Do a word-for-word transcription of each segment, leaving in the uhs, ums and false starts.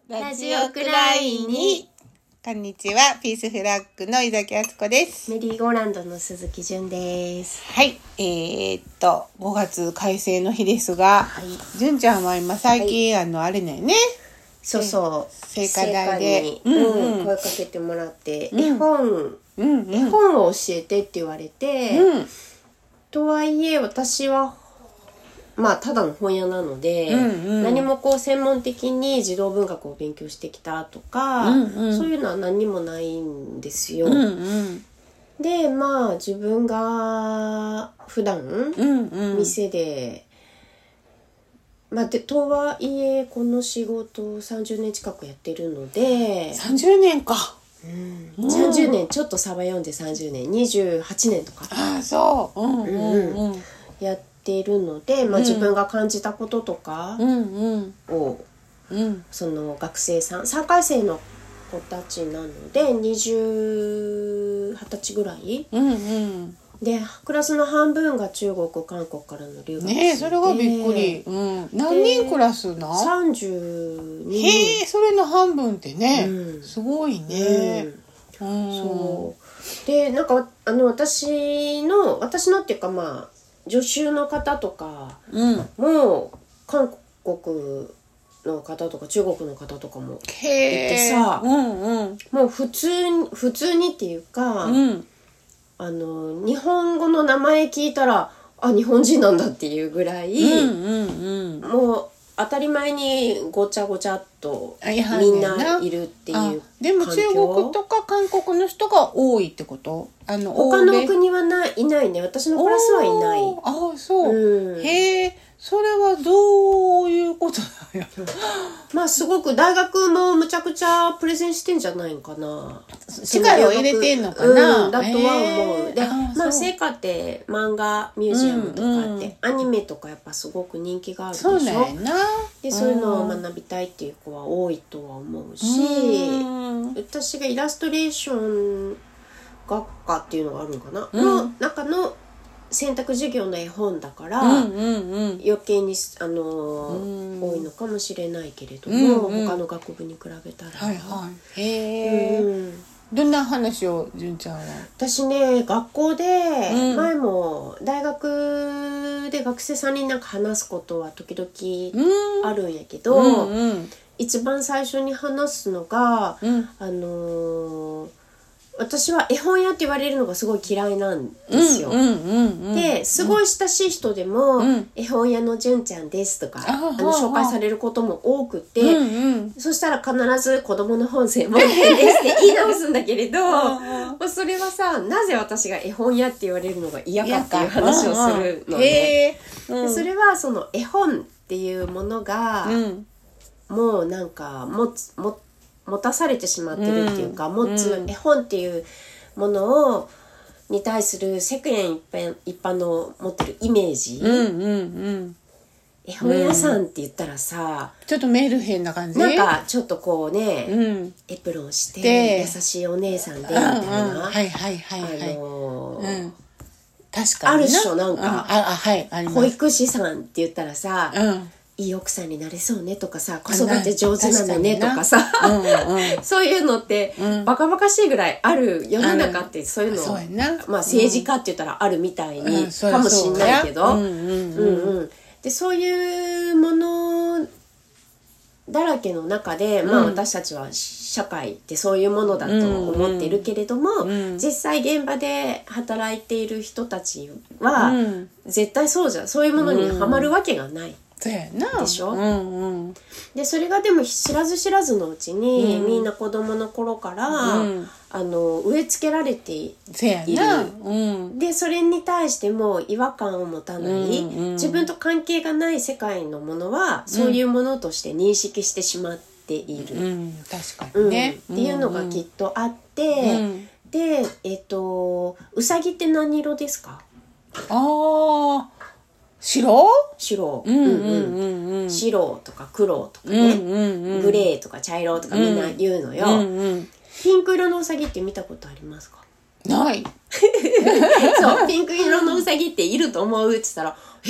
ラジオくらいに。こんにちは、ピースフラッグの井崎敦子です。 メリーゴーランドの鈴木純です。 はい、えー、っとごがつ改正の日ですが、はい、純ちゃんは今最近、はい、あのあれねねそうそう聖火台でに、うんうん、声かけてもらって、うん、絵本、うんうん、絵本を教えてって言われて、うん、とはいえ私はまあただの本屋なので、うんうん、何もこう専門的に児童文学を勉強してきたとか、うんうん、そういうのは何にもないんですよ。うんうん、でまあ自分が普段、うんうん、店でまあ、でとはいえこの仕事をさんじゅうねん近くやってるのでさんじゅうねんか、 うん、さんじゅうねんちょっとサバ読んでさんじゅうねんにじゅうはちねんとかあそう、うんうんうんうん、 やっているので、まあ、自分が感じたこととかを、うんうん、その学生さんさんかい生の子たちなのでにじゅう、はたちぐらい、うんうんでクラスの半分が中国韓国からの留学生でねえそれがびっくり、うん、何人クラスなさんじゅうにんへえそれの半分ってね、うん、すごいね、 うんうん、そうでなんかあの私の私のっていうかまあ助手の方とかも、うん、韓国の方とか中国の方とかもいてさ、うんうん、もう普通に普通にっていうか、うんあの日本語の名前聞いたらあ日本人なんだっていうぐらい、うんうんうん、もう当たり前にごちゃごちゃっとみんないるっていう環境。 でも中国とか韓国の人が多いってこと？あの他の国はない、いないね。私のクラスはいない。 ああそう、うん、へえそれはどういうことなんやろまあすごく大学もむちゃくちゃプレゼンしてんじゃないんかな力を入れてんのかな、 うん、だとは思うであまあ聖火って漫画ミュージアムとかって、うんうん、アニメとかやっぱすごく人気があるでしょそうだよなでそういうのを学びたいっていう子は多いとは思うし、うん、私がイラストレーション学科っていうのがあるのかな、うん、の中の選択授業の絵本だから、うんうんうん、余計に、あのーうん、多いのかもしれないけれども、うんうん、他の学部に比べたら、はいはい、 へー、うん、どんな話を純ちゃんは私ね学校で、うん、前も大学で学生さんになんか話すことは時々あるんやけど、うんうん、一番最初に話すのが、うん、あのー私は絵本屋って言われるのがすごい嫌いなんですよ、うんうんうんうん、ですごい親しい人でも、うん、絵本屋の純ちゃんですとか、うん、あの紹介されることも多くて、うんうん、そしたら必ず子供の本専門店ですって言い直すんだけれどまあそれはさなぜ私が絵本屋って言われるのが嫌かっていう話をするので、うん、でそれはその絵本っていうものが、うん、もうなんか持つ持って持たされてしまってるっていうか、うん、持つ絵本っていうものをに対する世間一般、一般の持ってるイメージ、うんうんうん、絵本屋さんって言ったらさ、 うん、ちょっとメルヘンな感じなんかちょっとこうね、うん、エプロンして優しいお姉さんでみたいな、うんうん、はいはいはいはい、あのーうん、確かにあるっしょなんか、うんああはい、あります保育士さんって言ったらさ、うんいい奥さんになれそうねとかさ子育て上手なのねとかさうん、うん、そういうのって、うん、バカバカしいぐらいある世の中ってそういうのそうまあ政治家って言ったらあるみたいに、うん、かもしんないけどでそういうものだらけの中で、うん、まあ私たちは社会ってそういうものだと思ってるけれども、うんうん、実際現場で働いている人たちは、うん、絶対そうじゃんそういうものにはまるわけがない、 そうやなでしょ、うんうん、でそれがでも知らず知らずのうちに、うん、みんな子供の頃から、うん、あの植え付けられているそうやな、うん、でそれに対しても違和感を持たない、うんうん、自分と関係がない世界のものはそういうものとして認識してしまっている、うん、 確かにね、 うん、っていうのがきっとあって、うん、でえっとうさぎって何色ですか？ ああ白？ 白、うんうんうんうん、白とか黒とかね、うんうんうん、グレーとか茶色とかみんな言うのよ、うんうん、ピンク色のうさぎって見たことありますか？ ないそうピンク色のうさぎっていると思うって言ったらえ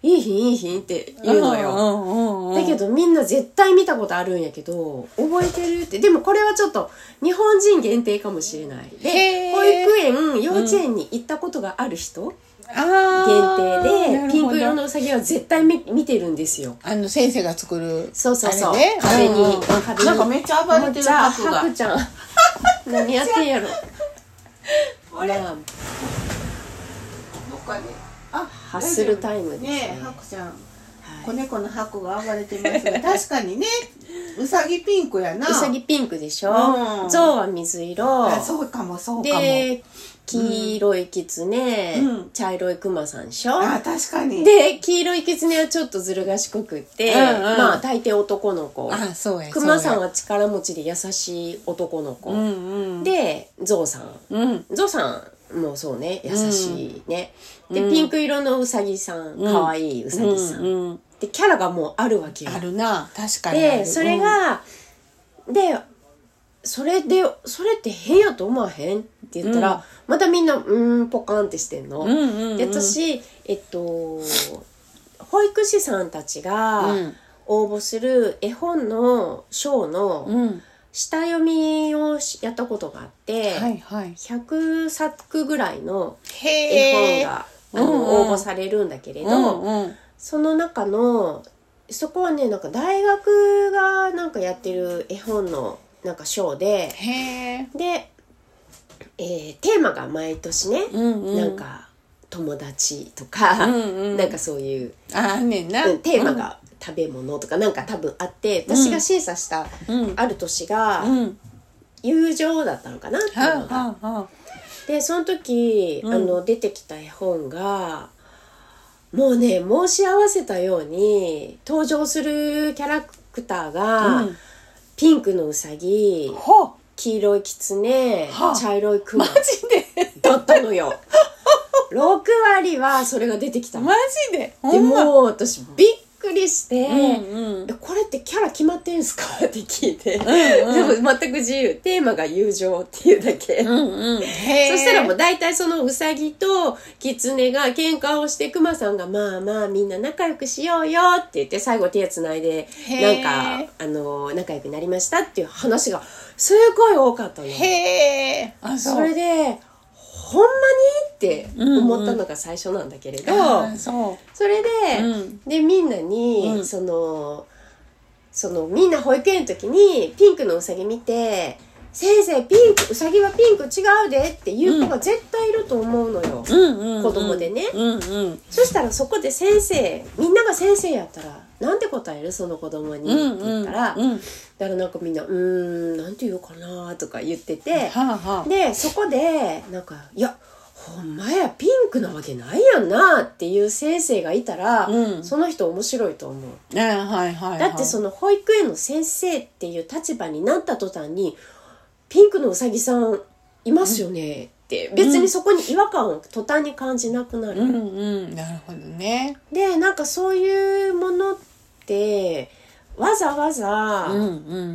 いいひんいいひんって言うのよ、うんうんうん、だけどみんな絶対見たことあるんやけど覚えてるって。でもこれはちょっと日本人限定かもしれない。で保育園幼稚園に行ったことがある人、うん限定でピンク色のうさぎは絶対 見, 見てるんですよ。 あの先生が作るそうそうそう、 ね、 壁に、うんうん、 壁になんかめっちゃ暴れてるハクがハクちゃん何やってんやろあれ、 まあ、 どっかであハッスルタイムですね。 ねハクちゃん、はい、子猫のハクが暴れてますが確かにねうさぎピンクやな。 うさぎピンクでしょ、うん、象は水色。 あそうかもそうかも。 で黄色いキツネ、うん、茶色いクマさんでしょ。 あ確かに。 で黄色いキツネはちょっとずる賢くって、うんうん、まあ大抵男の子。 あそうや。 クマさんは力持ちで優しい男の子、うんうん、でゾウさん、うん、ゾウさんもそうね優しいね、うん、でピンク色のウサギさん、かわいいウサギさん、うんうん、でキャラがもうあるわけよ。 あるな確かにある。 でそれが、うん、でそれでそれって変やと思わへんって言ったら、うん、またみんなうーんポカンってしてんの、うんうんうん、で私えっと保育士さんたちが応募する絵本の賞の下読みをやったことがあって、うんはいはい、ひゃくさくぐらいの絵本があの、うんうん、応募されるんだけれど、うんうん、その中のそこはねなんか大学がなんかやってる絵本のなんか賞で、へで、えー、テーマが毎年ね、うんうん、なんか友達とか、うんうん、なんかそういうあねんな、 うん、テーマが食べ物とかなんか多分あって、うん、私が審査したある年が、うん、友情だったのかなっていうのが、はあはあ、でその時、うん、あの出てきた絵本がもうね申し合わせたように登場するキャラクターが、うんピンクのうさぎ、黄色いキツネ、茶色いクママジでだったのよろくわりはそれが出てきた。 マジででも私びっくりして、うんうん、これってキャラ決まってんすかって聞いて、うんうん、でも全く自由。テーマが友情っていうだけ、うんうん、そしたらもう大体そのうさぎとキツネが喧嘩をしてクマさんがまあまあみんな仲良くしようよって言って最後手つないでなんかあの仲良くなりましたっていう話がすごい多かったの。 へーそれでほんまにって思ったのが最初なんだけれど、うんうん、そ, それで、うん、でみんなに、うん、そのそのみんな保育園の時にピンクのうさぎ見て先生ピンクうさぎはピンク違うでっていう子が絶対いると思うのよ、うん、子供でね、うんうん、そしたらそこで先生みんなが先生やったらなんて答えるその子供に、うんうん、って言ったら、うん、だからなんかみんなうーんなんて言うかなとか言ってて、はあはあ、でそこでなんかいやほんまやピンクなわけないやんなっていう先生がいたら、うん、その人面白いと思う、 はいはいはい、 だってその保育園の先生っていう立場になった途端にピンクのうさぎさんいますよね、うんって別にそこに違和感を途端に感じなくなる、 うんうん、なるほどね。 でなんかそういうものってわざわざ、うんうん、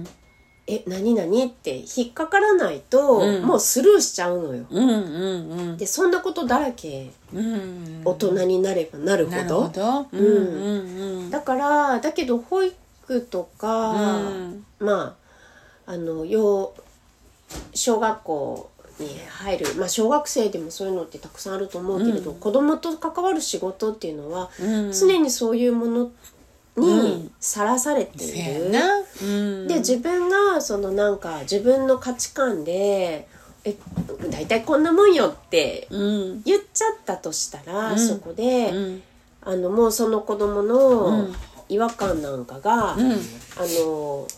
え何々って引っかからないと、うん、もうスルーしちゃうのよ、うんうんうん、でそんなことだらけ、うんうん、大人になればなるほど、なるほど、うんうんうん、だからだけど保育とか、うん、まああの幼小学校に入る、まあ、小学生でもそういうのってたくさんあると思うけれど、うん、子供と関わる仕事っていうのは、うん、常にそういうものにさらされている、うん、で自分がそのなんか自分の価値観でえだいたいこんなもんよって言っちゃったとしたら、うん、そこで、うん、あのもうその子供の違和感なんかが、うん、あの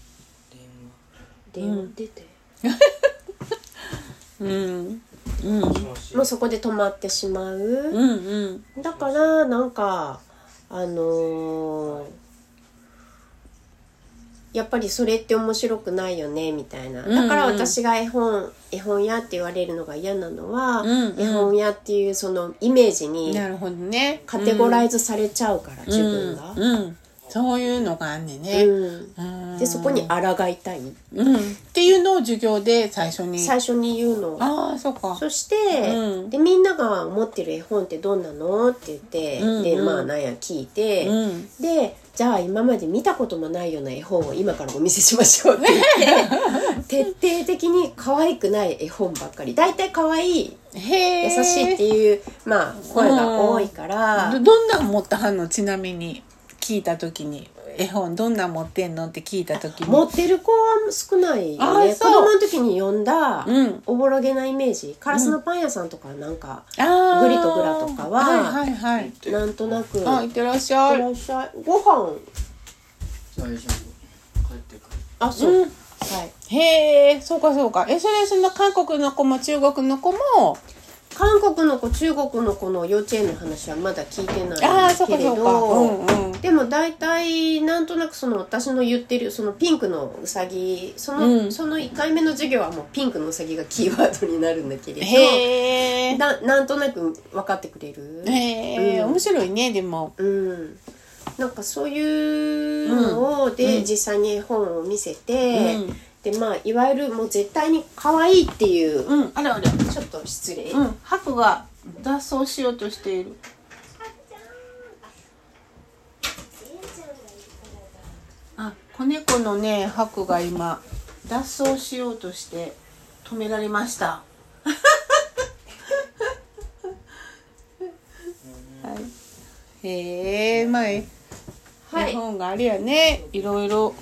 電話出てうんうん、もうそこで止まってしまう、うんうん、だからなんかあのー、やっぱりそれって面白くないよねみたいな、だから私が絵本絵本屋って言われるのが嫌なのは、うんうん、絵本屋っていうそのイメージにカテゴライズされちゃうから、自分が、うんうん、 そういうのがあんねんね。 うん、でそこに抗いたい、 うん、っていうのを授業で最初に最初に言うの。 ああ、そうか。 そして、うん、でみんなが持ってる絵本ってどんなのって言って、うんうん、でまあなんや聞いて、うん、でじゃあ今まで見たこともないような絵本を今からお見せしましょうって言って徹底的に可愛くない絵本ばっかり、だいたい可愛いへ優しいっていうまあ声が多いから、 うん、どんなん持ったはんの？ちなみに聞いた時に絵本どんなん持ってんのって聞いた時に持ってる子は少ないよね。子供の時に読んだ、うん、おぼろげなイメージ、カラスのパン屋さんとかなんか、うん、グリとグラとかは、はいはいはい、なんとなく。 あ、いってらっしゃい。 いってらっしゃい。ご飯大丈夫、帰ってくる。 あ、そう、うん、はい。 へえ、そうかそうか。え、それその韓国の子も中国の子も韓国の子中国の子の幼稚園の話はまだ聞いてないけれど、うんうん、でも大体なんとなくその私の言ってるそのピンクのうさぎ、その、うん、そのいっかいめの授業はもうピンクのうさぎがキーワードになるんだけれど、 へな, なんとなく分かってくれる。 へえ、うん、面白いね。でも、 うん、なんかそういうのをで、うん、実際に絵本を見せて、うん、でまあいわゆるもう絶対に可愛いっていう、 うん、あれあれちょっと失礼、 うん、ハクが脱走しようとしている。あ、子猫のねハクが今脱走しようとして止められました。はい、へえ、まあ、はい、絵本があれやね、いろいろ。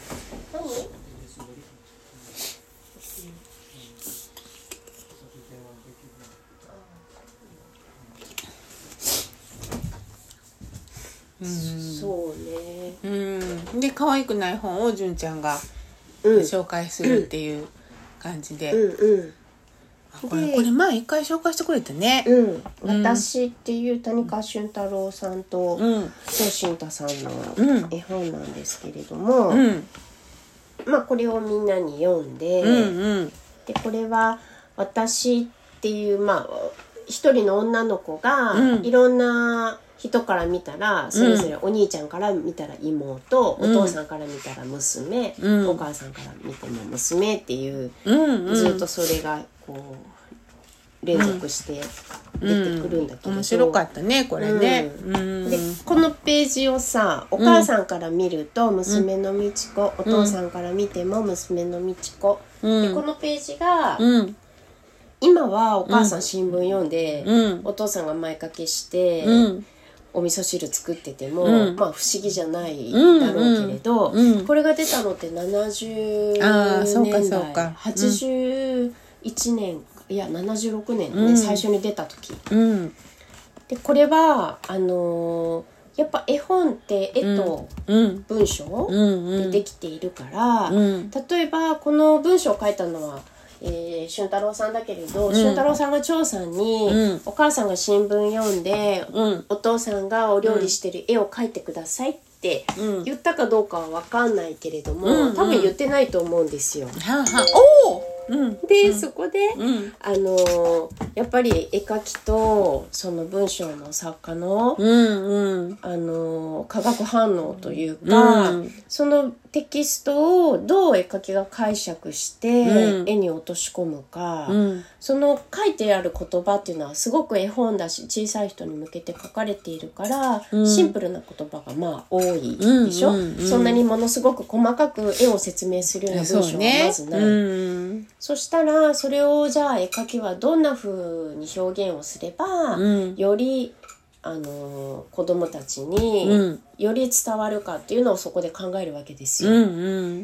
うん、そうね。うん。で可愛くない本を純ちゃんが紹介するっていう感じで。うんうん。これこれ前一回紹介してくれてね。 うん。私っていう谷川俊太郎さんと張新太さんの絵本なんですけれども、うん、まあこれをみんなに読んで、うんうん、でこれは私っていうまあ一人の女の子がいろんな人から見たらそれぞれお兄ちゃんから見たら妹、うん、お父さんから見たら娘、うん、お母さんから見ても娘っていう、うんうん、ずっとそれがこう連続して出てくるんだけど、うんうん、 面白かったねこれね、 うん、でこのページをさお母さんから見ると娘のみちこ、うん、お父さんから見ても娘のみちこ、うん、でこのページが、うん今はお母さん新聞読んで、うん、お父さんが前掛けして、うん、お味噌汁作ってても、うん、まあ不思議じゃないだろうけれど、うんうん、これが出たのってななじゅうねんだい、そうかそうかはちじゅういちねん、うん、いやななじゅうろくねんね、うん、最初に出た時、うん、でこれはあのー、やっぱ絵本って絵と文章でできているから、うんうん、例えばこの文章を書いたのはえー、俊太郎さんだけれど、うん、俊太郎さんが張さんに、うん、お母さんが新聞読んで、うん、お父さんがお料理してる絵を描いてくださいって言ったかどうかは分かんないけれども、うん、多分言ってないと思うんですよ。 ははおうん、 で、うん、そこで、うん、あのー、やっぱり絵描きとその文章の作家の、うんうん、あのー、化学反応というか、うん、そのテキストをどう絵描きが解釈して、うん、絵に落とし込むか、うん、その書いてある言葉っていうのはすごく絵本だし小さい人に向けて書かれているから、うん、シンプルな言葉がまあ多いでしょ、うんうんうん、そんなにものすごく細かく絵を説明するような文章はまずない、 そ,、ねうん、そしたらそれをじゃあ絵描きはどんな風に表現をすれば、うん、よりあの子供たちにより伝わるかっていうのをそこで考えるわけですよ、うんうん、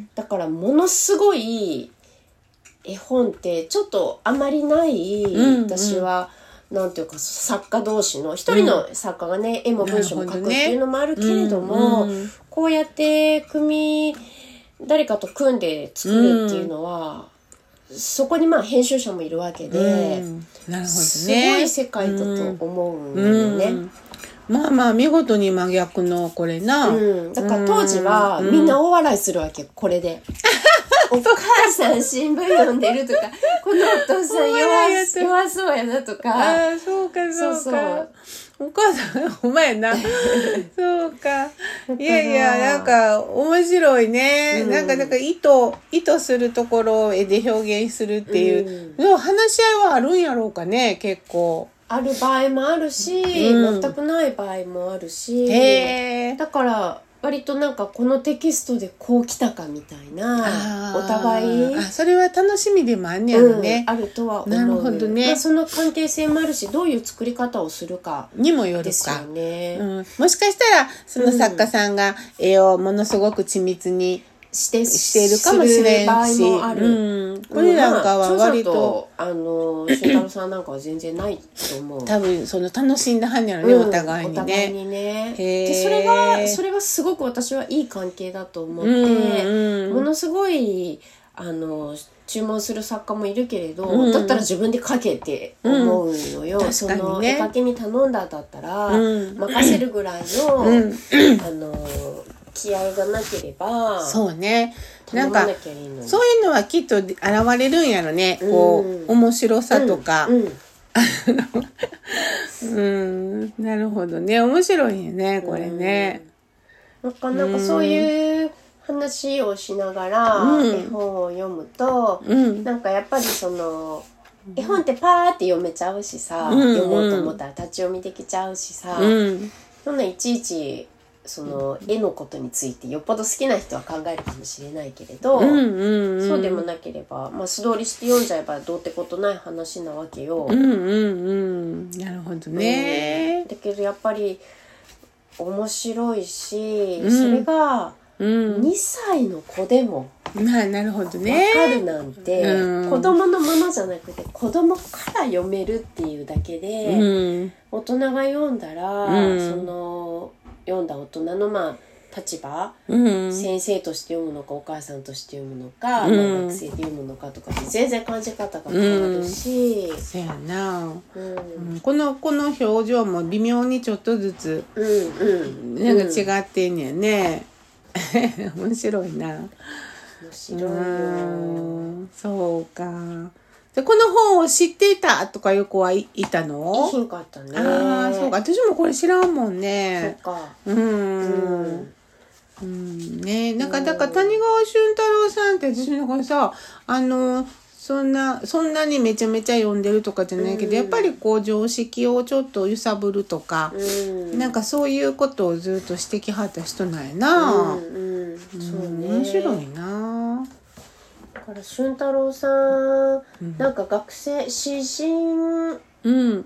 だからものすごい絵本ってちょっとあまりない、うんうん、私はなんていうか作家同士の一人の作家がね、うん、絵も文章も書くっていうのもあるけれども、ねうんうん、こうやって組誰かと組んで作るっていうのは、うん、そこにまあ編集者もいるわけで、うん、なるほどね、すごい世界だと思うんだよね、うんうん、 まあまあ見事に真逆のこれな、 うん、だから当時はみんな大笑いするわけよこれでお母さん新聞読んでるとかこのお父さん 弱, 弱そうやなとか、 あそうかそうか、そうそうお母さんお前なそうかいやいや、なんか面白いね。うん、なんか、なんか意図、意図するところを絵で表現するっていう。うん、話し合いはあるんやろうかね、結構。 ある場合もあるし、うん、全くない場合もあるし。へー。だから、割となんかこのテキストでこう来たかみたいな、お互いあ、それは楽しみでもあんねやろね、 うん、あるとは思う。 なるほどね、 まあ、その関係性もあるし、どういう作り方をするかにもよるかですよね、 うん、もしかしたらその作家さんが絵をものすごく緻密にしてしているかもしれんし、 場合もある、 うん、これなんかは割と、 まあ、あの俊太郎さんなんかは全然ないと思う。 多分その楽しんだはんやろね、うん、お互いにね。 お互いにね。でそれがそれはすごく私はいい関係だと思って、うんうん、ものすごいあの注文する作家もいるけれど、うん、だったら自分で描けって思うのよ、うん、その絵描きに頼んだだったら、うん、任せるぐらいの、うん、あの気合がなければ、 そうね、なんかそういうのはきっと現れるんやろね、うん、こう面白さとか、うんうんうん、なるほどね、面白いよねこれね、 うん、なんかなんかそういう話をしながら絵本を読むと、うん、なんかやっぱりその絵本ってパーって読めちゃうしさ、うんうん、読もうと思ったら立ち読みできちゃうしさ、うん、そんないちいちその絵のことについてよっぽど好きな人は考えるかもしれないけれど、うんうんうん、そうでもなければ、まあ、素通りして読んじゃえばどうってことない話なわけよ、 うんうんうん、なるほどね、 うん、だけどやっぱり面白いし、うん、それがにさいの子でもまあなるほどね分かるなんて、うん、子供のものじゃなくて子供から読めるっていうだけで、うん、大人が読んだら、うん、その読んだ大人のまあ立場、うん、先生として読むのかお母さんとして読むのか、うんまあ、学生で読むのかとか全然感じ方が変わるし、 うん、そうやな、うんうん、このこの表情も微妙にちょっとずつ、うんうん、なんか違ってんねんね、うん、面白いな、 面白いよ、 うんそうか。でこの本を知っていたとかいう子はいたの？ いひんかったね。 ああそうか、私もこれ知らんもんね。 そうか。 うん。うんうんね、なんかだから谷川俊太郎さんって私なんかさ、あのそんなそんなにめちゃめちゃ読んでるとかじゃないけど、うん、やっぱりこう常識をちょっと揺さぶるとか、うん、なんかそういうことをずっとしてきはった人なんやな。うんうん、そうね。面白いな。 だから俊太郎さん、うん、なんか学生詩人の、うん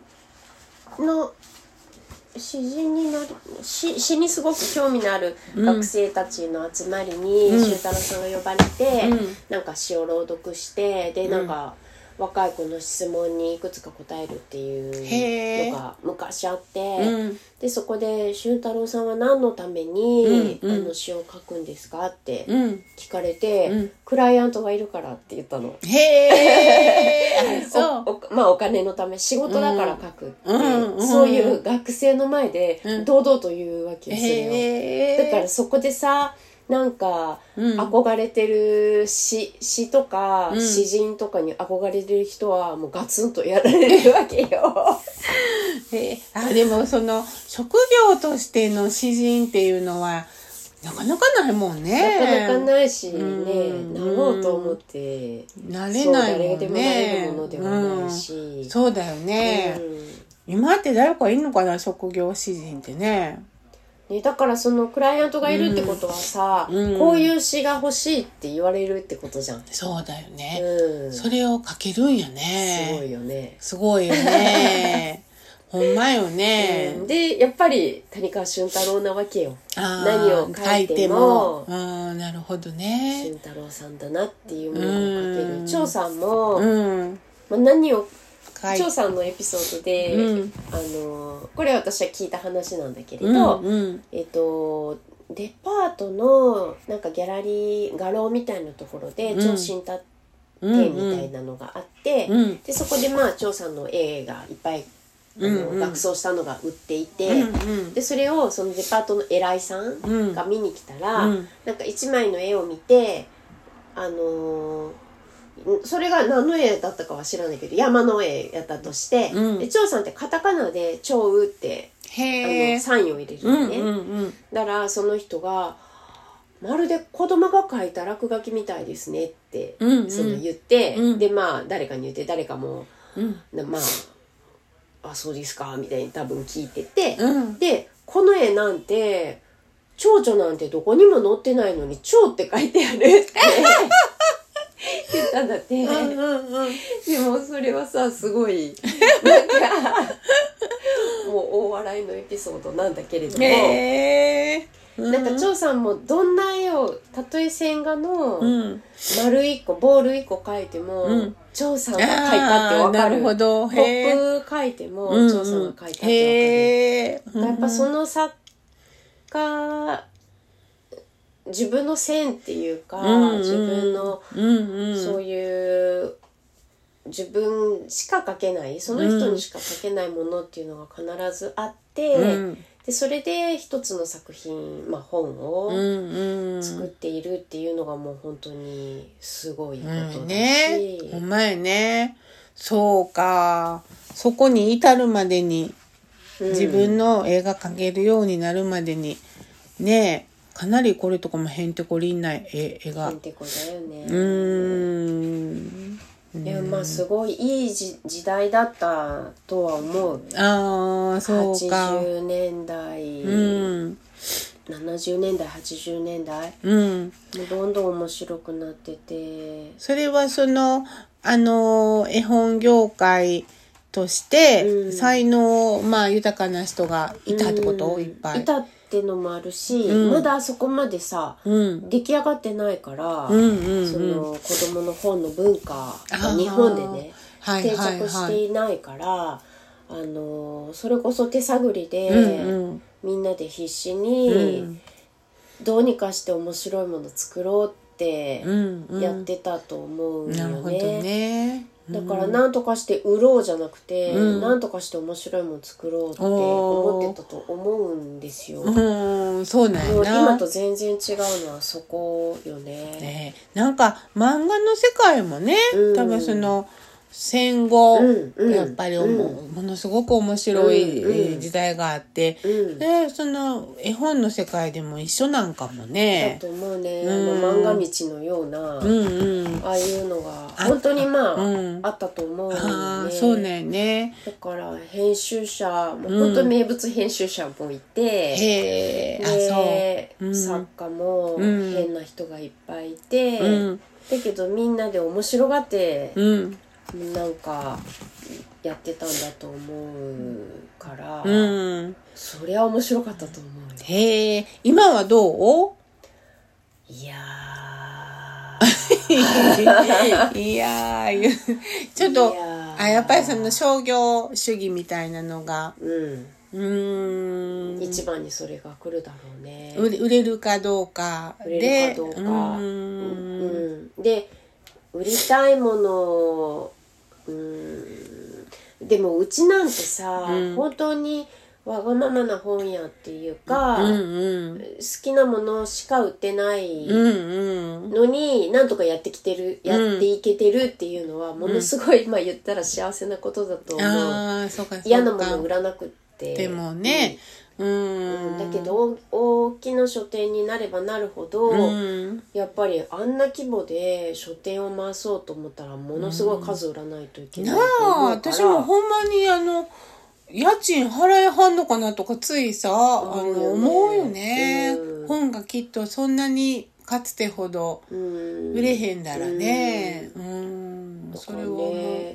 詩人になる 詩, 詩にすごく興味のある学生たちの集まりに、うん、俊太郎さんが呼ばれて、うん、なんか詩を朗読してでなんか、うん、若い子の質問にいくつか答えるっていうのが昔あって、うん、でそこで俊太郎さんは何のために、うん、あの詩を書くんですかって聞かれて、うん、クライアントがいるからって言ったの。へーそうおおまあお金のため仕事だから書くっていう、うん、そういう学生の前で堂々と言うわけですよ、うん、だからそこでさなんか憧れてる詩、詩とか、うん、詩人とかに憧れてる人はもうガツンとやられるわけよえあでもその職業としての詩人っていうのはなかなかないもんね。 なかなかないしね、うん、なろうと思ってなれないもんね。 誰でもなれるものではないし、 うん、そうだよね、うん、今って誰かいるのかな職業詩人ってね。 ね、だからそのクライアントがいるってことはさ、うん、こういう詩が欲しいって言われるってことじゃん。 そうだよね、うん、それを書けるんやね。 すごいよね。 すごいよねほんまよね、 うん、でやっぱり谷川俊太郎なわけよ。何を書いてもあなるほどね俊太郎さんだなっていうものを書ける。張さんも、うんまあ、何を張さんのエピソードで、うん、あのこれ私は聞いた話なんだけれど、うんうん、えっとデパートのなんかギャラリー画廊みたいなところで張新太展みたいなのがあって、うんうん、でそこでまあ張さんの絵がいっぱいあの、うんうん、額装したのが売っていて、うんうん、でそれをそのデパートの偉いさんが見に来たら、うん、なんか一枚の絵を見てあのーそれが何の絵だったかは知らないけど山の絵やったとして、うん、で張さんってカタカナで張雨ってへー、 あのサインを入れるのね、 うんうんうん、 だからその人がまるで子供が書いた落書きみたいですねって、うんうん、その言って、うん、でまあ誰かに言って誰かも、うん、まああそうですかみたいに多分聞いてて、うん、でこの絵なんて蝶々なんてどこにも載ってないのに蝶って書いてあるって言ったんだって、うんうんうん、でもそれはさすごいなんかもう大笑いのエピソードなんだけれども、 へー、 なんか張さんもどんな絵をたとえ線画の丸いっこ、ボールいっこ描いても、うん、張さんが描いたってわかる。 なるほど。 ポップ描いても張さんが描いたってわかる。やっぱその作家自分の線っていうか、うんうん、自分の、うんうん、そういう自分しか描けないその人にしか描けないものっていうのが必ずあって、うん、でそれで一つの作品、まあ、本を作っているっていうのがもう本当にすごいことだし、うん、 ね、お前ね、そうか、そこに至るまでに、うん、自分の絵が描けるようになるまでにね、かなりこれとかもへんてこりんない絵、絵がへんてこだよね。 うーん、 でもまあすごいいい時代だったとは思う。 ああ、そうか。 はちじゅうねんだい、うん、ななじゅうねんだい、はちじゅうねんだい、うん、もうどんどん面白くなってて。 それはそのあの絵本業界として才能、うん、まあ豊かな人がいたってこと、うん、いっぱいいたってのもあるし、うん、まだそこまでさ、うん、出来上がってないから、うんうんうん、その子供の本の文化が日本でね定着していないから、はいはいはい、あのそれこそ手探りで、うんうん、みんなで必死にどうにかして面白いもの作ろうってやってたと思うよね。 なるほどね。 だから何とかして売ろうじゃなくて、うん、何とかして面白いもの作ろうって思ってたと思うんですよ。 うん、そうなんやな。 今と全然違うのはそこよね。 ね、なんか漫画の世界もね、うん、多分その戦後、うんうん、やっぱり、うん、ものすごく面白い時代があって、うんうん、でその絵本の世界でも一緒なんかもね。 だと思うね、うん、あの漫画道のような、うんうん、ああいうのが本当にまあ あ,、うん、あったと思うのね。そうねね。 だから編集者、もう本当に名物編集者もいて、うん、へー、で、あ、そう、うん、作家も変な人がいっぱいいて、うん、だけどみんなで面白がって、うんなんかやってたんだと思うから、うん、そりゃ面白かったと思うよ。 へえ、今はどう？ いやーいやーちょっとあやっぱりその商業主義みたいなのが、うん、うーん一番にそれが来るだろうね。 売れるかどうかで、 売れるかどうか、うん、うん、で売りたいものうーんでもうちなんてさ、うん、本当にわがままな本屋っていうか、うんうん、好きなものしか売ってないのに、うんうん、なんとかやってきてる、やっていけてるっていうのはものすごい、うん、まあ言ったら幸せなことだと思う。 あ、そうかそうか。 嫌なもの売らなくってでもね、うんうん、だけど大きな書店になればなるほど、うん、やっぱりあんな規模で書店を回そうと思ったらものすごい数売らないといけないと思うから、うん、なあ、 私もほんまにあの家賃払えはんのかなとかついさ、あの思うよね、うん、本がきっとそんなにかつてほど売れへんだらね、うん、うん、それを思う、うん、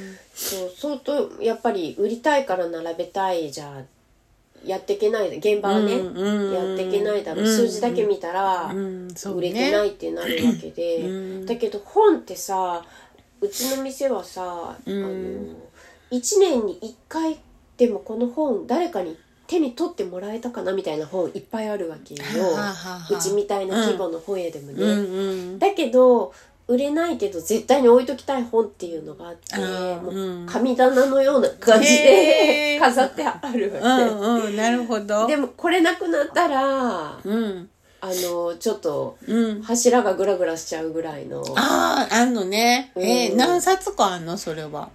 そう相当やっぱり売りたいから並べたいじゃやっていけない、現場はね、うんうん、やっていけないだろう、うん、数字だけ見たら売れてないってなるわけで、うん、だけど本ってさ、うちの店はさ、うん、あのいちねんにいっかいでもこの本誰かに手に取ってもらえたかなみたいな本いっぱいあるわけよ、はははうちみたいな規模の本屋でもね、うんうんうん、だけど売れないけど絶対に置いときたい本っていうのがあって、もう神棚のような感じで飾ってあるわけ、 うんうん、なるほど。 でもこれなくなったら、うん、あのちょっと柱がグラグラしちゃうぐらいの、 ああ、あんのね、うん、えー、何冊かあんのそれは。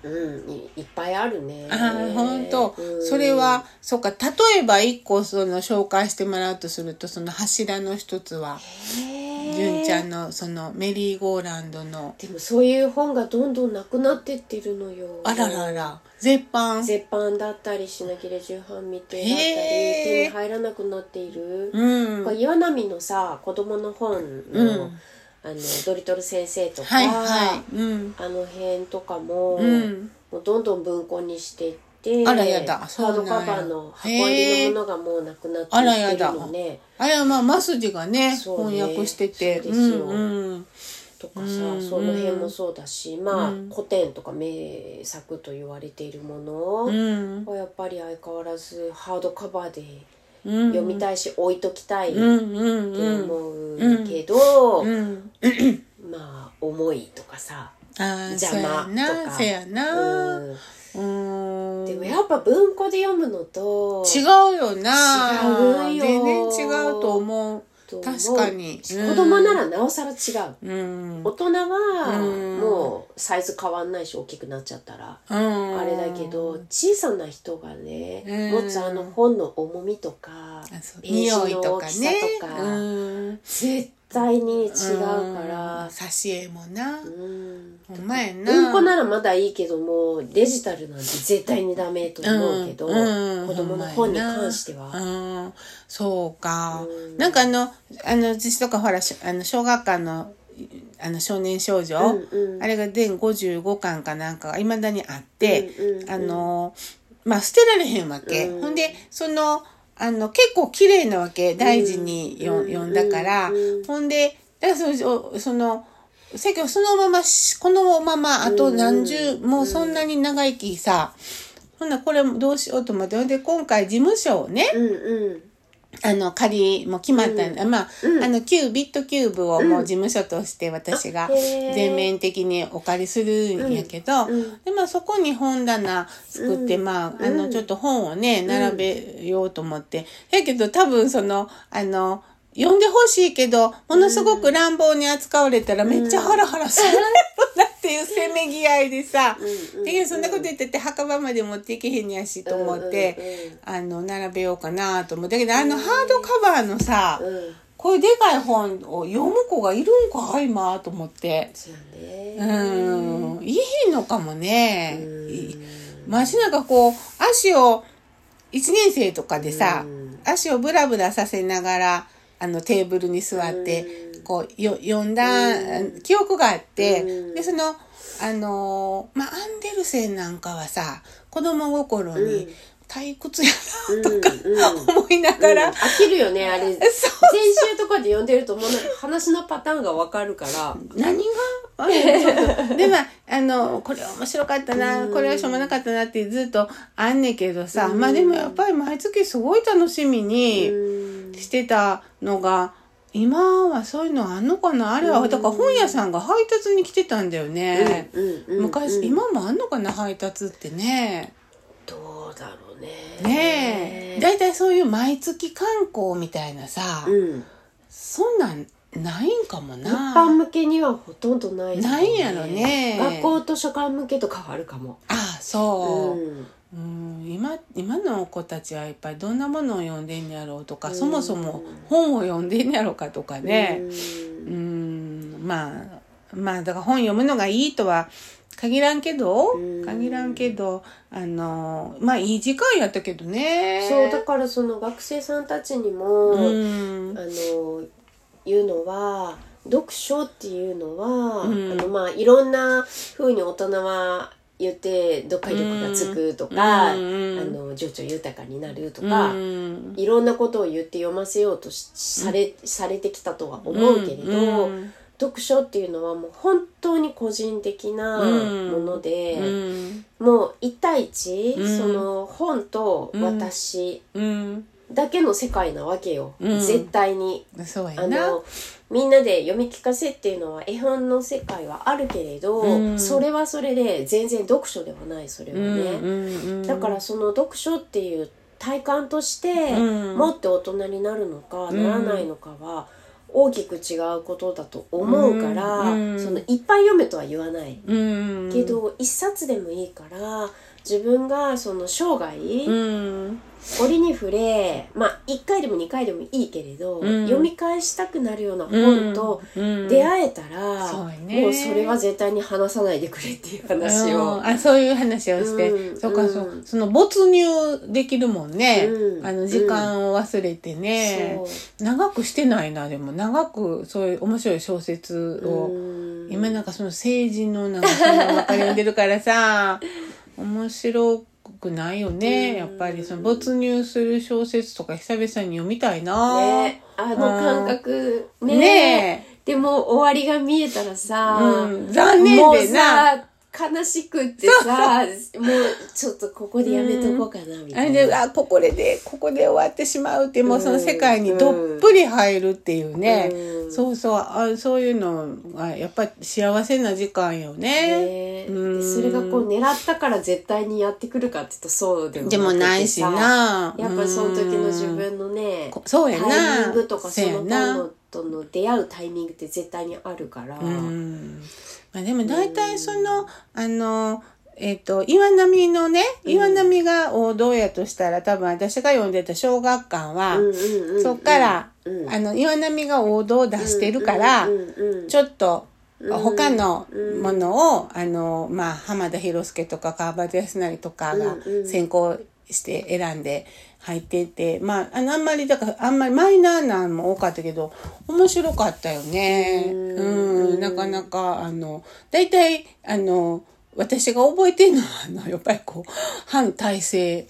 うん、い, いっぱいあるね。 ああ、本当、 うん、 それはそうか。例えば一個その紹介してもらうとすると、その柱の一つは純ちゃんのそのメリーゴーランドの。 でもそういう本がどんどんなくなってってるのよ。 あららら、絶版絶版だったり品切れ重版未定だったり手に入らなくなっている、うん、岩波のさ子供の本の、うん、あのドリトル先生とか、はいはいうん、あの辺とかも、うん、もうどんどん文庫にしていってあらやだハードカバーの箱入りのものがもうなくなっていってるのね。 あれはまあマスジが ね, ね翻訳しててそうですよ、うんうんとかさ、うん、その辺もそうだし、まあ、うん、古典とか名作と言われているものはやっぱり相変わらずハードカバーで読みたいし、うん、置いときたいと思うけど、うんうんうん、まあ重いとかさ邪魔とかせやな、 うんうん、でもやっぱ文庫で読むのと違うよな。違うよ、全然違うと思う。確かに、 うん、子供ならなおさら違う、うん、大人はもうサイズ変わんないし大きくなっちゃったら、うん、あれだけど小さな人がね、うん、持つあの本の重みとかページの大きさとか、ね、絶対に違うから、 挿絵もな、うん、ほんまやな。 文庫ならまだいいけどもデジタルなんて絶対にダメと思うけど、うんうん、子供の本に関しては、 うん、そうか、うん、なんかあのあの私とかほらあの小学館のあの少年少女、うんうん、あれが全ごじゅうごかんかなんかがいまだにあって、うんうんうん、あのまあ捨てられへんわけ、うん、ほんでそのあの結構綺麗なわけ、大事によ、うん、読んだから、うんうん、ほんでだからそそのせやけどそのままこのままあと何十、うんうん、もうそんなに長生きさ、ほんなこれどうしようと思って、で今回事務所をね、うんうん、あの仮も決まったんだ、うん、まあ、うん、あの旧ビットキューブをもう事務所として私が全面的にお借りするんやけど、うん、でまあそこに本棚作って、うん、まああのちょっと本をね並べようと思って、やけど多分そのあの読んでほしいけどものすごく乱暴に扱われたらめっちゃハラハラするなっていうせめぎ合いでさ、うん、でそんなこと言ってて墓場まで持っていけへんやしと思って、うんうん、あの並べようかなと思ってだけどあのハードカバーのさ、うん、こういうでかい本を読む子がいるんか今と思って、うん、いいのかもね、うん、ましなんかこう足をいちねん生とかでさ、うん、足をブラブラさせながらあのテーブルに座って、うん、こうよ読んだ、うん、記憶があって、うん、でそのあのまあアンデルセンなんかはさ子供心に退屈やなとか、うん、思いながら、 うん、飽きるよねあれ先週とかで読んでるともう話のパターンがわかるから何がでまああのこれは面白かったな、うん、これはしょうもなかったなってずっとあんねんけどさ、うん、まあでもやっぱり毎月すごい楽しみにしてたのが、今はそういうのあんのかな。あれはだから本屋さんが配達に来てたんだよね、うんうんうんうん、昔今もあんのかな配達ってね。 どうだろうね。 ねえだいたいそういう毎月観光みたいなさ、うん、そんなんないんかもな。 一般向けにはほとんどない、ね、 ないんやろね。 学校図書館向けとかはあるかも。 ああそう、うんうん、今, 今の子たちはやっぱりどんなものを読んでんやろうとか、うん、そもそも本を読んでんやろうかとかね、うん、うんまあまあだから本読むのがいいとは限らんけど、うん、限らんけどあのまあいい時間やったけどね。 そうだからその学生さんたちにも、うん、あの言うのは読書っていうのは、うん、あのまあいろんな風に大人は言って読解力がつくとか、うん、あの情緒豊かになるとか、うん、いろんなことを言って読ませようとしされ、うん、されてきたとは思うけれど、うん、読書っていうのはもう本当に個人的なもので、うん、もう一対一、うん、その本と私だけの世界なわけよ、うん、絶対に。 そうやな。 あのみんなで読み聞かせっていうのは絵本の世界はあるけれど、うん、それはそれで全然読書ではない。それはね、うんうんうん、だからその読書っていう体感として、うん、もって大人になるのかならないのかは、 大きく違うことだと思うから、 うん、 そのいっぱい読めとは言わない、 うん、 けど一冊でもいいから自分がその生涯、 うん折に触れ、まあいっかいでもにかいでもいいけれど、うん、読み返したくなるような本と出会えたら、うんうんね、もうそれは絶対に話さないでくれっていう話を、 うん、あそういう話をして、うん、そうかそう、うん、その没入できるもんね、うん、あの時間を忘れてね、うん、長くしてないな。でも長くそういう面白い小説を、うん、今なんかその政治のなんかそのばっかり読んでるからさ面白くくないよね。やっぱりその没入する小説とか久々に読みたいな、 ね、あの感覚ね, ねでも終わりが見えたらさ、うん、残念でな悲しくってさ、もうちょっとここでやめとこうかなみたいな、うん、あれであここでここで終わってしまうって、もうその世界にどっぷり入るっていうね、うん、そうそう、あそういうのがやっぱり幸せな時間よね。 ね、うん、それがこう狙ったから絶対にやってくるかって言うとそうでもなくてさ、 でもないしな、 やっぱりその時の自分のね、 うん、そうやな、 タイミングとかその他のとの出会うタイミングって絶対にあるから、 うんまあ、でも大体その、あの、えっと、岩波のね、岩波が王道やとしたら、多分私が読んでた小学館は、そっから、あの、岩波が王道を出してるから、ちょっと、他のものを、あの、まあ、浜田博介とか川端康成とかが先行して選んで入っていて、まあ、あの、あんまり、だから、あんまりマイナーなのも多かったけど、面白かったよね。うん、なかなか、あの、大体、あの、私が覚えてるのは、あの、やっぱりこう、反体制。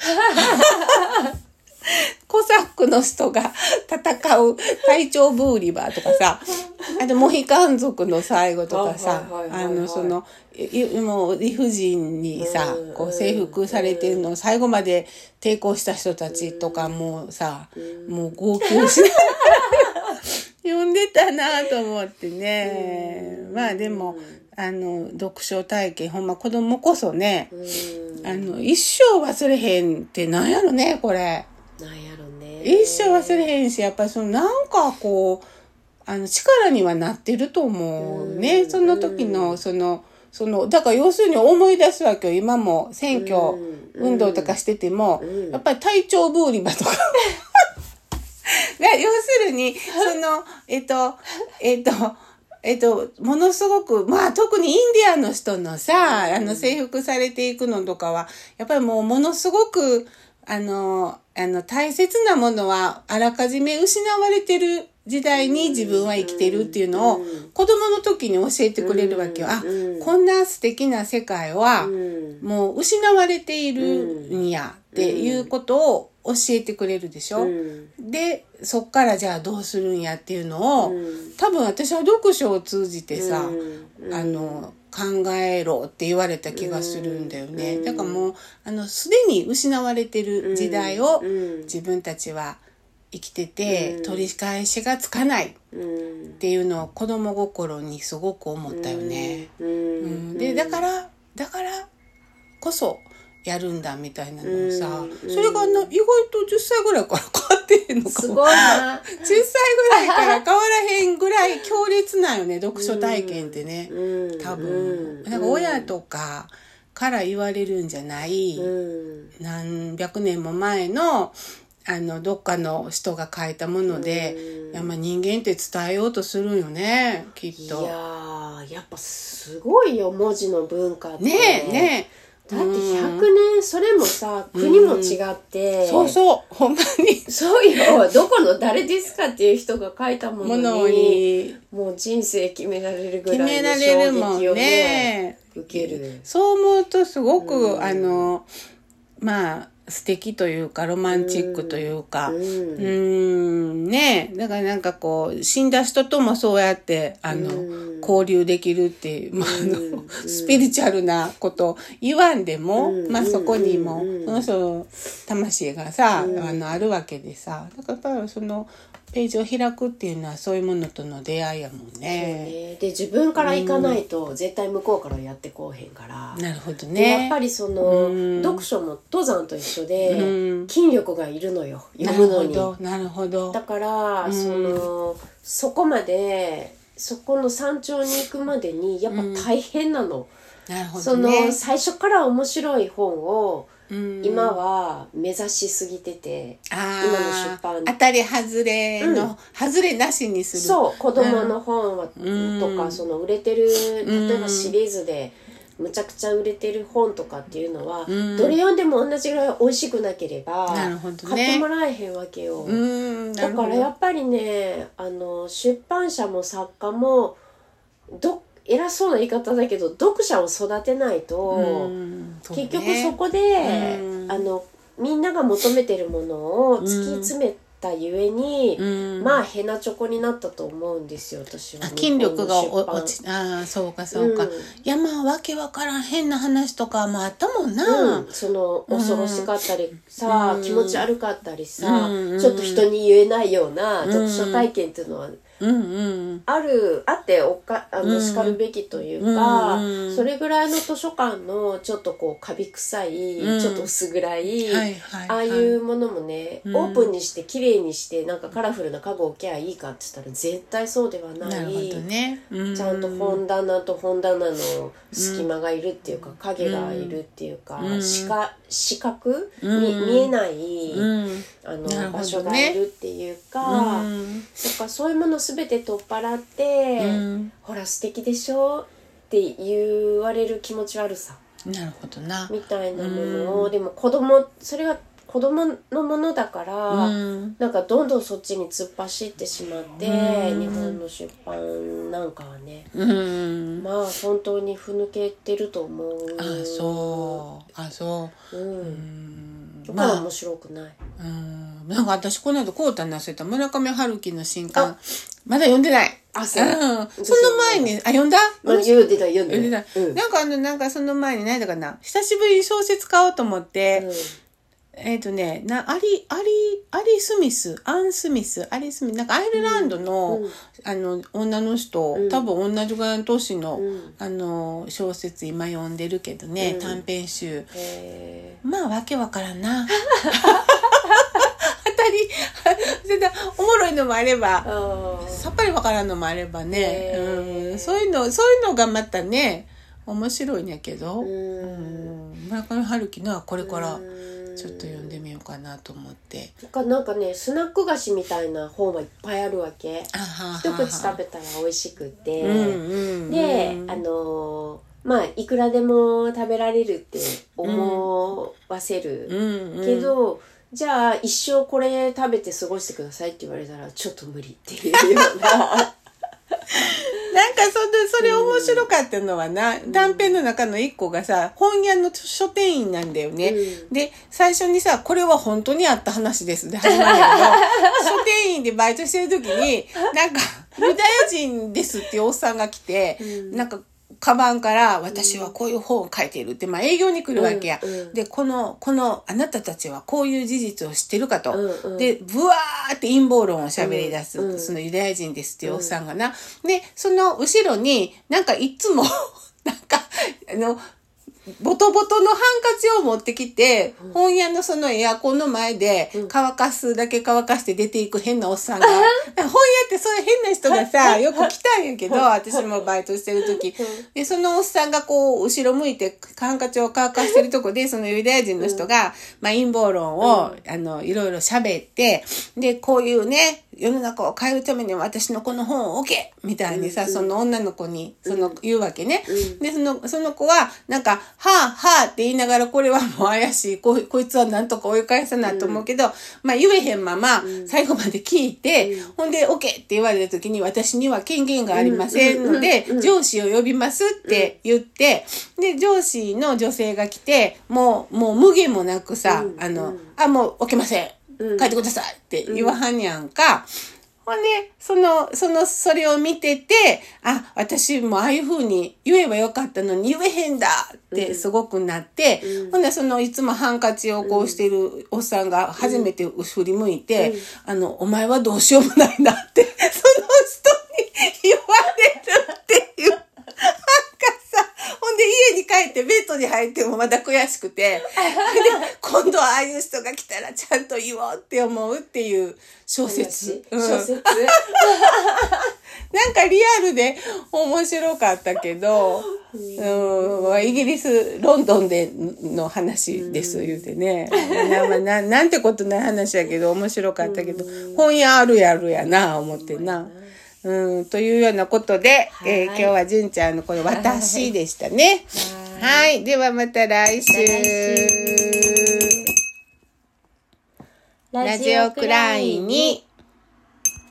コサックの人が戦う隊長ブーリバーとかさ、あとモヒカン族の最後とかさ、あのそのもう理不尽にさ、こう征服されてるのを最後まで抵抗した人たちとかもさ、もう号泣しながら読んでたなと思ってね。まあでもあの読書体験ほんま子供こそね、あの一生忘れへんってなんやろねこれ。 なんやろね。 一生忘れへんし、やっぱりそのなんかこうあの力にはなってると思うね。その時のそのそのだから要するに思い出すわけよ。今も選挙運動とかしてても、やっぱり隊長ブーリバとかが要するにそのえっとえっとえっと、ものすごく、まあ特にインディアンの人のさ、あの征服されていくのとかは、やっぱりもうものすごく、あの、あの大切なものはあらかじめ失われてる時代に自分は生きてるっていうのを子供の時に教えてくれるわけよ。あ、こんな素敵な世界はもう失われているんやっていうことを教えてくれるでしょ。で、そっからじゃあどうするんやっていうのを多分私は読書を通じてさ、あの、考えろって言われた気がするんだよね。だからもう、あの、すでに失われてる時代を自分たちは生きてて、取り返しがつかないっていうのを子供心にすごく思ったよね。うん、で、だから、だからこそやるんだみたいなのをさ、それがな意外とじゅっさいぐらいから変わってんのかも。 すごいな。 じゅっさいぐらいから変わらへんぐらい強烈なんよね、読書体験ってね。多分。なんか親とかから言われるんじゃない、何百年も前の、あの、どっかの人が書いたもので、いやまあ人間って伝えようとするんよね、きっと。 いやー、やっぱすごいよ、文字の文化って。 ねえ、ねえ。 だってひゃくねん、それもさ、国も違って、 そうそう、ほんまに。 そうよ、どこの誰ですかっていう人が書いたものに、ものにもう人生決められるぐらいの衝撃をね、受ける。 そう思うとすごく、あの、まあ、素敵というかロマンチックというか、うん、うーんねえだからなんかこう死んだ人ともそうやってあの、うん、交流できるっていう、まあ、あの、うん、スピリチュアルなこと言わんでも、うん、まあそこにも、うん、その人の魂がさ、うん、あのあるわけでさだからやっぱりそのページを開くっていうのはそういうものとの出会いやもんね。 そうね。で自分から行かないと絶対向こうからやってこうへんから、 うん、なるほどでね。 やっぱりその、うん、読書も登山と一緒で、うん、筋力がいるのよ、読むのに。 なるほどなるほど。 だから、うん、そのそこまでそこの山頂に行くまでにやっぱ大変なの、 うん、なるほそどね。 の最初から面白い本を今は目指しすぎてて、 今の出版当たり外れの、うん、外れなしにする。 そう、子供の本は、うん、とかその売れてる例えばシリーズでむちゃくちゃ売れてる本とかっていうのは、うん、どれ読んでも同じぐらい美味しくなければ、 なるほどね、 買ってもらえへんわけよ、 うん、 だからやっぱりね、あの出版社も作家もど偉そうな言い方だけど読者を育てないと、うんそうね、結局そこで、うん、あのみんなが求めてるものを突き詰めたゆえに、うん、まあヘナチョコになったと思うんですよ、私は。 筋力が落ち、ああそうかそうか、うん、いやまあわけわからん変な話とかもあったもんな、 うん、その恐ろしかったりさ、うん、気持ち悪かったりさ、うん、ちょっと人に言えないような読書体験っていうのは、うんうん、あるあっておかあの叱るべきというか、うんうん、それぐらいの図書館のちょっとこうカビ臭い、うん、ちょっと薄暗い、はいはいはい、ああいうものもね、うん、オープンにして綺麗にしてなんかカラフルな家具を置けばいいかって言ったら絶対そうではない。 なるほどね、うん、 ちゃんと本棚と本棚の隙間がいるっていうか、うん、影がいるっていうか、うん、視界視覚、うん、見, 見えない、うん、あの、ね、場所がいるっていうか、うん、だからそういうもの全て取っ払って、うん、ほら素敵でしょって言われる気持ち悪さ、 なるほどな、 みたいなものを、うん、でも子供それが子供のものだから、うん、なんかどんどんそっちに突っ走ってしまって、うん、日本の出版なんかはね、うん、まあ本当にふぬけてると思う。 あそうあそう、うんうん、だから面白くない、 まあ、うんなんか私この間こうたんなせた村上春樹の新刊まだ読んでない。 あ、そう。うん、 その前に、あ、読んだ？ まあ、読んでた、読んでた。うん、なんかあの、なんかその前に何だかな、久しぶりに小説買おうと思って、うん、えっ、ー、とね、な、アリ、アリ、アリスミス、アンスミス、アリスミス、なんかアイルランドの、うん、あの、女の人、うん、多分同じぐらいの年の、うん、あの、小説今読んでるけどね、うん、短編集。まあ、わけわからんな。おもろいのもあればさっぱりわからんのもあればね、うん、そういうのそういうのがまたね面白いんやけど、うん、村上春樹のはこれからちょっと読んでみようかなと思って。 なんかねスナック菓子みたいな本はいっぱいあるわけ。一口食べたら美味しくて、うんうん、であのまあいくらでも食べられるって思わせる、うん、けどじゃあ一生これ食べて過ごしてくださいって言われたらちょっと無理っていうようななんかそ, それ面白かったのはな、うん、短編の中の一個がさ本屋の書店員なんだよね、うん、で最初にさこれは本当にあった話ですで始まるんだけど書店員でバイトしてる時になんかユダヤ人ですっていうおっさんが来て、うん、なんかカバンから私はこういう本を書いているって、まあ営業に来るわけや。うんうん、で、この、このあなたたちはこういう事実を知ってるかと。うんうん、で、ブワーって陰謀論を喋り出す、うんうん。そのユダヤ人ですっていうおっさんがな。うん、で、その後ろになんかいつも、なんか、あの、ボトボトのハンカチを持ってきて、うん、本屋のそのエアコンの前で乾かすだけ乾かして出ていく変なおっさんが、うん、本屋ってそういう変な人がさ、よく来たんやけど、私もバイトしてる時、で、そのおっさんがこう、後ろ向いてハンカチを乾かしてるとこで、そのユダヤ人の人が、うん、まあ陰謀論を、うん、あの、いろいろ喋って、で、こういうね、世の中を変えるために私のこの本を置けみたいにさ、うん、その女の子に、その、言うわけね。うん、で、その、その子は、なんか、はぁ、はぁって言いながら、これはもう怪しい。こ、こいつはなんとか追い返さないと思うけど、うん、まあ言えへんまま、最後まで聞いて、うん、ほんで、オッケーって言われた時に、私には権限がありませんので、上司を呼びますって言って、で、上司の女性が来て、もう、もう無限もなくさ、あの、あ、もう置けません。帰ってくださいって言わはんやんか。 ほんで、その、その、それを見てて、あ、私もああいう風に言えばよかったのに言えへんだってすごくなって、うん、ほんで、その、いつもハンカチをこうしているおっさんが初めて振り向いて、うん、あの、お前はどうしようもないなって、その人に言われるっていう。なんかさ、ほんで家に帰ってベッドに入ってもまだ悔しくて、で今度はああいう人が来たらちゃんと言おうって思うっていう小説。 うん、小説なんかリアルで面白かったけど、うん、イギリス、ロンドンでの話です言うてね。な, な, なんてことない話やけど面白かったけど、本屋あるやるやな、思ってな。うん、というようなことで、はい、えー、今日は純ちゃんのこの私でしたね。はい。はい、ではまた来週。ラジオくらいに。